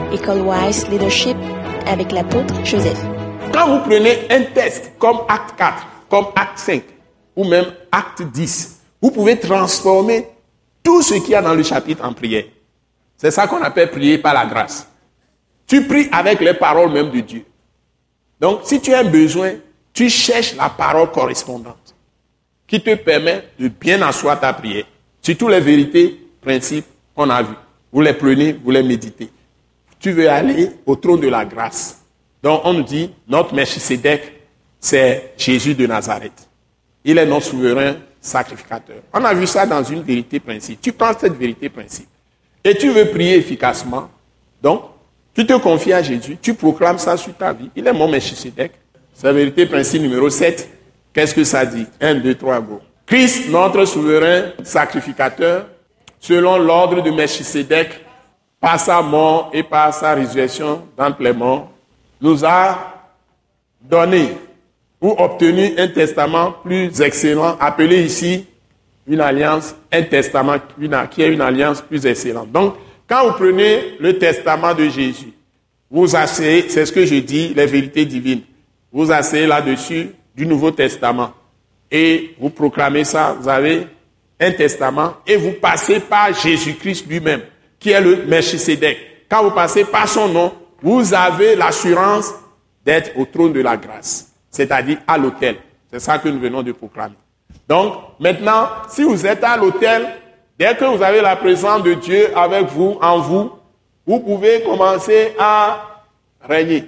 École Wise Leadership avec l'apôtre Joseph. Quand vous prenez un texte comme Acte 4, comme Acte 5, ou même Acte 10, vous pouvez transformer tout ce qu'il y a dans le chapitre en prière. C'est ça qu'on appelle prier par la grâce. Tu pries avec les paroles même de Dieu. Donc, si tu as un besoin, tu cherches la parole correspondante qui te permet de bien asseoir ta prière. Surtout les vérités, principes qu'on a vus. Vous les prenez, vous les méditez. Tu veux aller au trône de la grâce. Donc, on nous dit, notre Melchisédek, c'est Jésus de Nazareth. Il est notre souverain sacrificateur. On a vu ça dans une vérité principe. Tu prends cette vérité principe et tu veux prier efficacement. Donc, tu te confies à Jésus, tu proclames ça sur ta vie. Il est mon Melchisédek. C'est la vérité principe numéro 7. Qu'est-ce que ça dit? 1, 2, 3, go. Christ, notre souverain sacrificateur, selon l'ordre de Melchisédek, par sa mort et par sa résurrection d'entre les morts, nous a donné ou obtenu un testament plus excellent, appelé ici une alliance, un testament qui est une alliance plus excellente. Donc, quand vous prenez le testament de Jésus, vous asseyez, c'est ce que je dis, les vérités divines, vous asseyez là-dessus du Nouveau Testament et vous proclamez ça, vous avez un testament et vous passez par Jésus-Christ lui-même, qui est le Melchisédek. Quand vous passez par son nom, vous avez l'assurance d'être au trône de la grâce, c'est-à-dire à l'autel. C'est ça que nous venons de proclamer. Donc, maintenant, si vous êtes à l'autel, dès que vous avez la présence de Dieu avec vous, en vous, vous pouvez commencer à régner.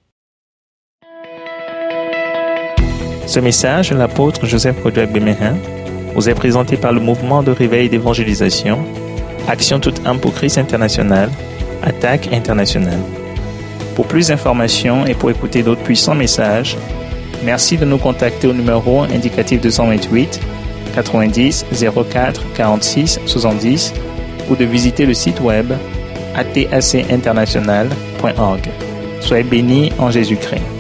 Ce message de l'apôtre Joseph Kodouak Bemehin vous est présenté par le mouvement de réveil d'évangélisation, Action toute âme pour Christ international, Attaque internationale. Pour plus d'informations et pour écouter d'autres puissants messages, merci de nous contacter au numéro indicatif 228 90 04 46 70 ou de visiter le site web atacinternational.org. Soyez bénis en Jésus-Christ.